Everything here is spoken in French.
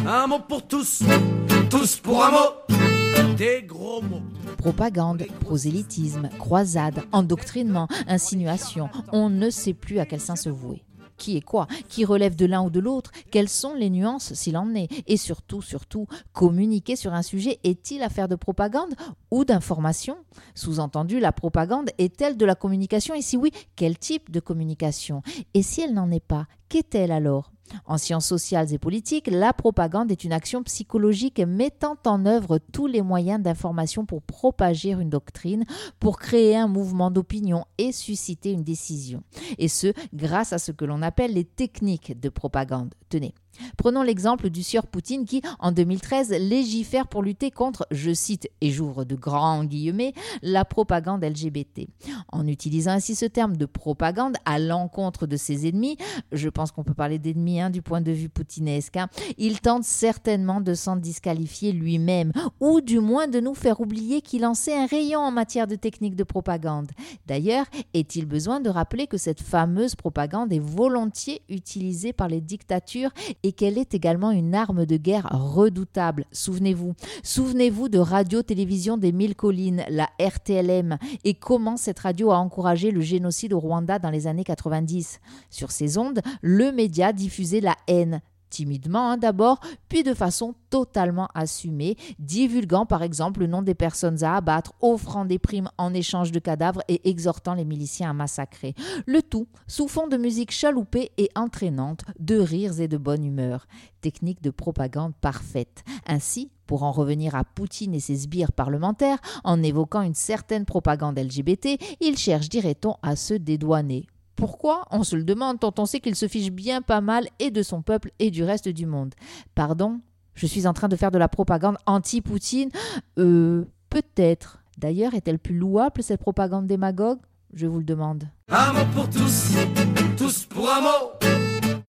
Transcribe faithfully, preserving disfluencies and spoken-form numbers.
Un mot pour tous, tous pour un mot. Des gros mots. Propagande, prosélytisme, croisade, endoctrinement, insinuation, on ne sait plus à quel sein se vouer. Qui est quoi? Qui relève de l'un ou de l'autre? Quelles sont les nuances s'il en est? Et surtout, surtout, communiquer sur un sujet est-il affaire de propagande ou d'information? Sous-entendu, la propagande est-elle de la communication? Et si oui, quel type de communication? Et si elle n'en est pas, qu'est-elle alors? En sciences sociales et politiques, la propagande est une action psychologique mettant en œuvre tous les moyens d'information pour propager une doctrine, pour créer un mouvement d'opinion et susciter une décision. Et ce, grâce à ce que l'on appelle les techniques de propagande. Tenez. Prenons l'exemple du sieur Poutine qui, en deux mille treize, légifère pour lutter contre, je cite et j'ouvre de grands guillemets, la propagande L G B T. En utilisant ainsi ce terme de propagande à l'encontre de ses ennemis, je pense qu'on peut parler d'ennemis hein, du point de vue poutinesque, hein, il tente certainement de s'en disqualifier lui-même, ou du moins de nous faire oublier qu'il en sait un rayon en matière de technique de propagande. D'ailleurs, est-il besoin de rappeler que cette fameuse propagande est volontiers utilisée par les dictatures et qu'elle est également une arme de guerre redoutable. Souvenez-vous, souvenez-vous de Radio-Télévision des Mille Collines, la R T L M, et comment cette radio a encouragé le génocide au Rwanda dans les années quatre-vingt-dix. Sur ces ondes, le média diffusait la haine. Timidement hein, d'abord, puis de façon totalement assumée, divulguant par exemple le nom des personnes à abattre, offrant des primes en échange de cadavres et exhortant les miliciens à massacrer. Le tout sous fond de musique chaloupée et entraînante, de rires et de bonne humeur. Technique de propagande parfaite. Ainsi, pour en revenir à Poutine et ses sbires parlementaires, en évoquant une certaine propagande L G B T, il cherche, dirait-on, à se dédouaner. Pourquoi? On se le demande tant on sait qu'il se fiche bien pas mal et de son peuple et du reste du monde. Pardon? Je suis en train de faire de la propagande anti-Poutine? Euh, peut-être. D'ailleurs, est-elle plus louable cette propagande démagogue? Je vous le demande. Un mot pour tous, tous pour un mot.